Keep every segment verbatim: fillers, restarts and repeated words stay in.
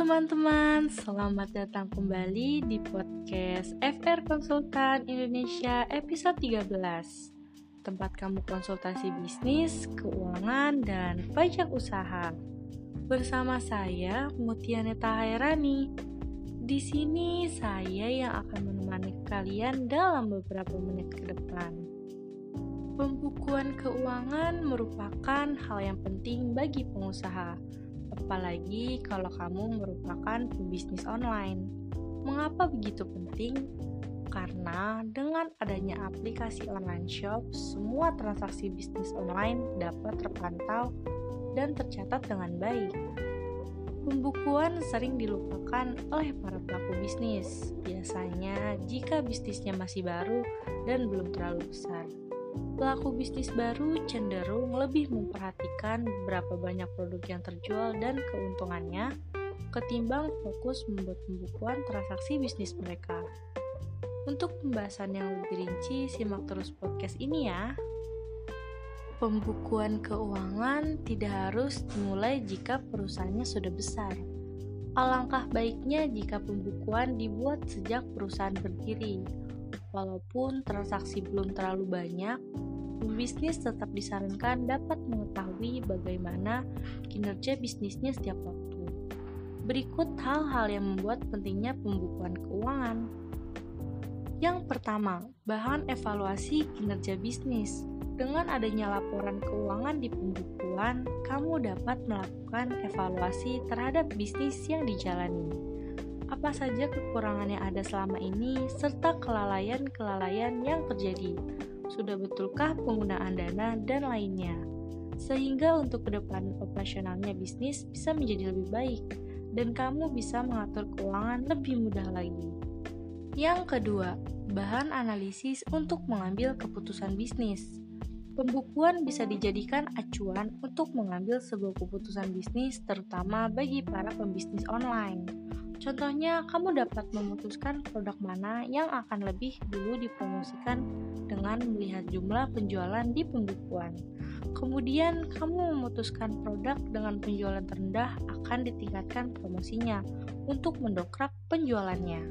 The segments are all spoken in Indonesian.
teman-teman, selamat datang kembali di podcast F R Konsultan Indonesia episode tiga belas. Tempat kamu konsultasi bisnis, keuangan, dan pajak usaha. Bersama saya, Mutianeta Hairani. Di sini saya yang akan menemani kalian dalam beberapa menit ke depan. Pembukuan keuangan merupakan hal yang penting bagi pengusaha. Apalagi kalau kamu merupakan pebisnis online. Mengapa begitu penting? Karena dengan adanya aplikasi online shop, semua transaksi bisnis online dapat terpantau dan tercatat dengan baik. Pembukuan sering dilupakan oleh para pelaku bisnis, biasanya jika bisnisnya masih baru dan belum terlalu besar. Pelaku bisnis baru cenderung lebih memperhatikan berapa banyak produk yang terjual dan keuntungannya ketimbang fokus membuat pembukuan transaksi bisnis mereka. Untuk pembahasan yang lebih rinci, simak terus podcast ini ya. Pembukuan keuangan tidak harus dimulai jika perusahaannya sudah besar. Alangkah baiknya jika pembukuan dibuat sejak perusahaan berdiri. Walaupun transaksi belum terlalu banyak, pembisnis tetap disarankan dapat mengetahui bagaimana kinerja bisnisnya setiap waktu. Berikut hal-hal yang membuat pentingnya pembukuan keuangan. Yang pertama, bahan evaluasi kinerja bisnis. Dengan adanya laporan keuangan di pembukuan, kamu dapat melakukan evaluasi terhadap bisnis yang dijalani. Apa saja kekurangan yang ada selama ini, serta kelalaian-kelalaian yang terjadi. Sudah betulkah penggunaan dana dan lainnya? Sehingga untuk ke depan operasionalnya bisnis bisa menjadi lebih baik, dan kamu bisa mengatur keuangan lebih mudah lagi. Yang kedua, bahan analisis untuk mengambil keputusan bisnis. Pembukuan bisa dijadikan acuan untuk mengambil sebuah keputusan bisnis, terutama bagi para pembisnis online. Contohnya, kamu dapat memutuskan produk mana yang akan lebih dulu dipromosikan dengan melihat jumlah penjualan di pembukuan. Kemudian, kamu memutuskan produk dengan penjualan terendah akan ditingkatkan promosinya untuk mendongkrak penjualannya.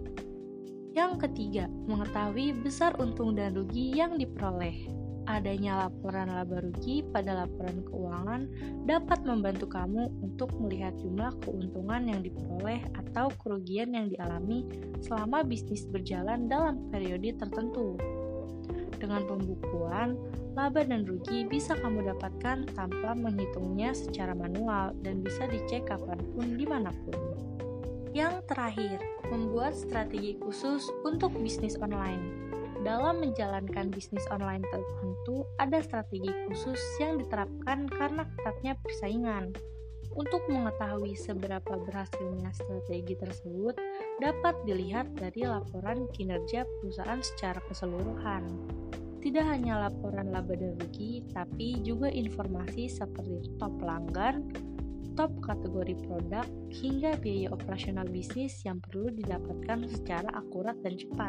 Yang ketiga, mengetahui besar untung dan rugi yang diperoleh. Adanya laporan laba rugi pada laporan keuangan dapat membantu kamu untuk melihat jumlah keuntungan yang diperoleh atau kerugian yang dialami selama bisnis berjalan dalam periode tertentu. Dengan pembukuan, laba dan rugi bisa kamu dapatkan tanpa menghitungnya secara manual dan bisa dicek kapanpun dimanapun. Yang terakhir, membuat strategi khusus untuk bisnis online. Dalam menjalankan bisnis online tertentu, ada strategi khusus yang diterapkan karena ketatnya persaingan. Untuk mengetahui seberapa berhasilnya strategi tersebut, dapat dilihat dari laporan kinerja perusahaan secara keseluruhan. Tidak hanya laporan laba dan rugi, tapi juga informasi seperti top pelanggan, top kategori produk, hingga biaya operasional bisnis yang perlu didapatkan secara akurat dan cepat.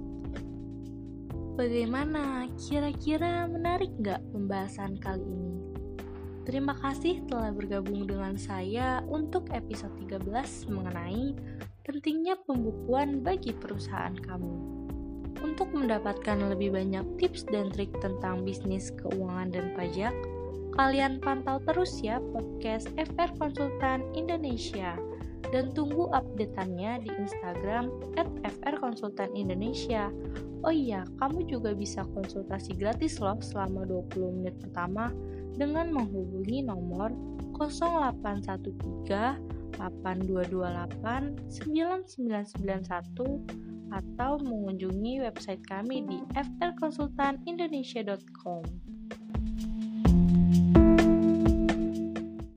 Bagaimana? Kira-kira menarik nggak pembahasan kali ini? Terima kasih telah bergabung dengan saya untuk episode tiga belas mengenai pentingnya pembukuan bagi perusahaan kamu. Untuk mendapatkan lebih banyak tips dan trik tentang bisnis, keuangan, dan pajak, kalian pantau terus ya podcast F R Konsultan Indonesia. Dan tunggu update-annya di Instagram at F R Konsultan Indonesia. Oh iya, kamu juga bisa konsultasi gratis loh selama dua puluh menit pertama dengan menghubungi nomor nol delapan satu tiga delapan dua dua delapan sembilan sembilan sembilan satu atau mengunjungi website kami di f r konsultan indonesia dot com.